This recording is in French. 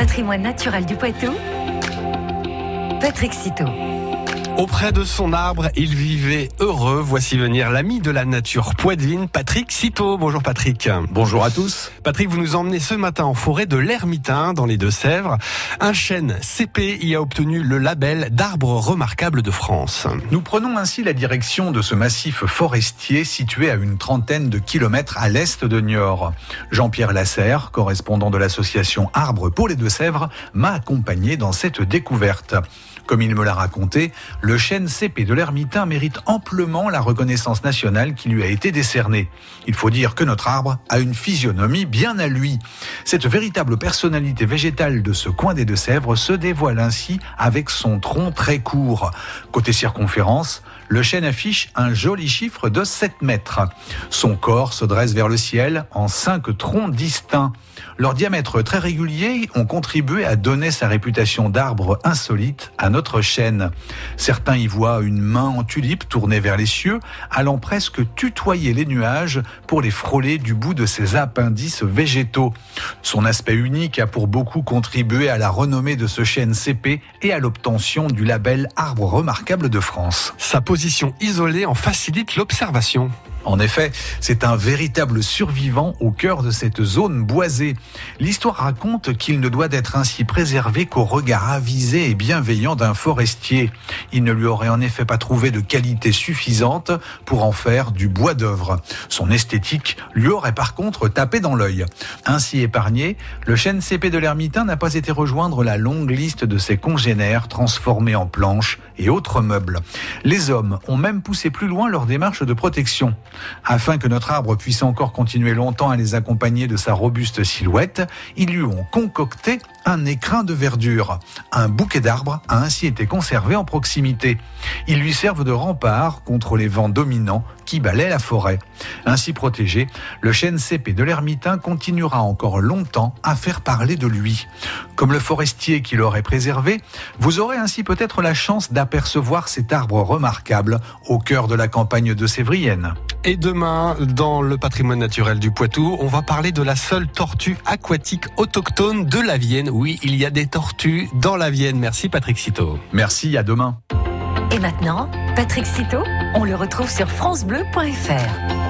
patrimoine naturel du Poitou, Patrick Citeaux. Auprès de son arbre, il vivait heureux. Voici venir l'ami de la nature poitevine, Patrick Citeaux. Bonjour Patrick. Bonjour à tous. Patrick, vous nous emmenez ce matin en forêt de l'Ermitain, dans les Deux-Sèvres. Un chêne CP y a obtenu le label d'arbre remarquable de France. Nous prenons ainsi la direction de ce massif forestier situé à une trentaine de kilomètres à l'est de Niort. Jean-Pierre Lasserre, correspondant de l'association Arbres pour les Deux-Sèvres, m'a accompagné dans cette découverte. Comme il me l'a raconté, le chêne CP de l'Ermitain mérite amplement la reconnaissance nationale qui lui a été décernée. Il faut dire que notre arbre a une physionomie bien à lui. Cette véritable personnalité végétale de ce coin des Deux-Sèvres se dévoile ainsi avec son tronc très court. Côté circonférence, le chêne affiche un joli chiffre de 7 mètres. Son corps se dresse vers le ciel en 5 troncs distincts. Leur diamètre très régulier ont contribué à donner sa réputation d'arbre insolite à notre chêne. Certains y voient une main en tulipe tournée vers les cieux, allant presque tutoyer les nuages pour les frôler du bout de ses appendices végétaux. Son aspect unique a pour beaucoup contribué à la renommée de ce chêne CP et à l'obtention du label Arbre remarquable de France. Sa position isolée en facilite l'observation. En effet, c'est un véritable survivant au cœur de cette zone boisée. L'histoire raconte qu'il ne doit être ainsi préservé qu'au regard avisé et bienveillant d'un forestier. Il ne lui aurait en effet pas trouvé de qualité suffisante pour en faire du bois d'œuvre. Son esthétique lui aurait par contre tapé dans l'œil. Ainsi épargné, le chêne CP de l'Ermitain n'a pas été rejoindre la longue liste de ses congénères transformés en planches et autres meubles. Les hommes ont même poussé plus loin leur démarche de protection. Afin que notre arbre puisse encore continuer longtemps à les accompagner de sa robuste silhouette, ils lui ont concocté un écrin de verdure. Un bouquet d'arbres a ainsi été conservé en proximité. Ils lui servent de rempart contre les vents dominants qui balaient la forêt. Ainsi protégé, le chêne CP de l'Ermitain continuera encore longtemps à faire parler de lui. Comme le forestier qui l'aurait préservé, vous aurez ainsi peut-être la chance d'apercevoir cet arbre remarquable au cœur de la campagne de Sévrienne. Et demain, dans le patrimoine naturel du Poitou, on va parler de la seule tortue aquatique autochtone de la Vienne. Oui, il y a des tortues dans la Vienne. Merci Patrick Citeaux. Merci, à demain. Et maintenant, Patrick Citeaux, on le retrouve sur francebleu.fr.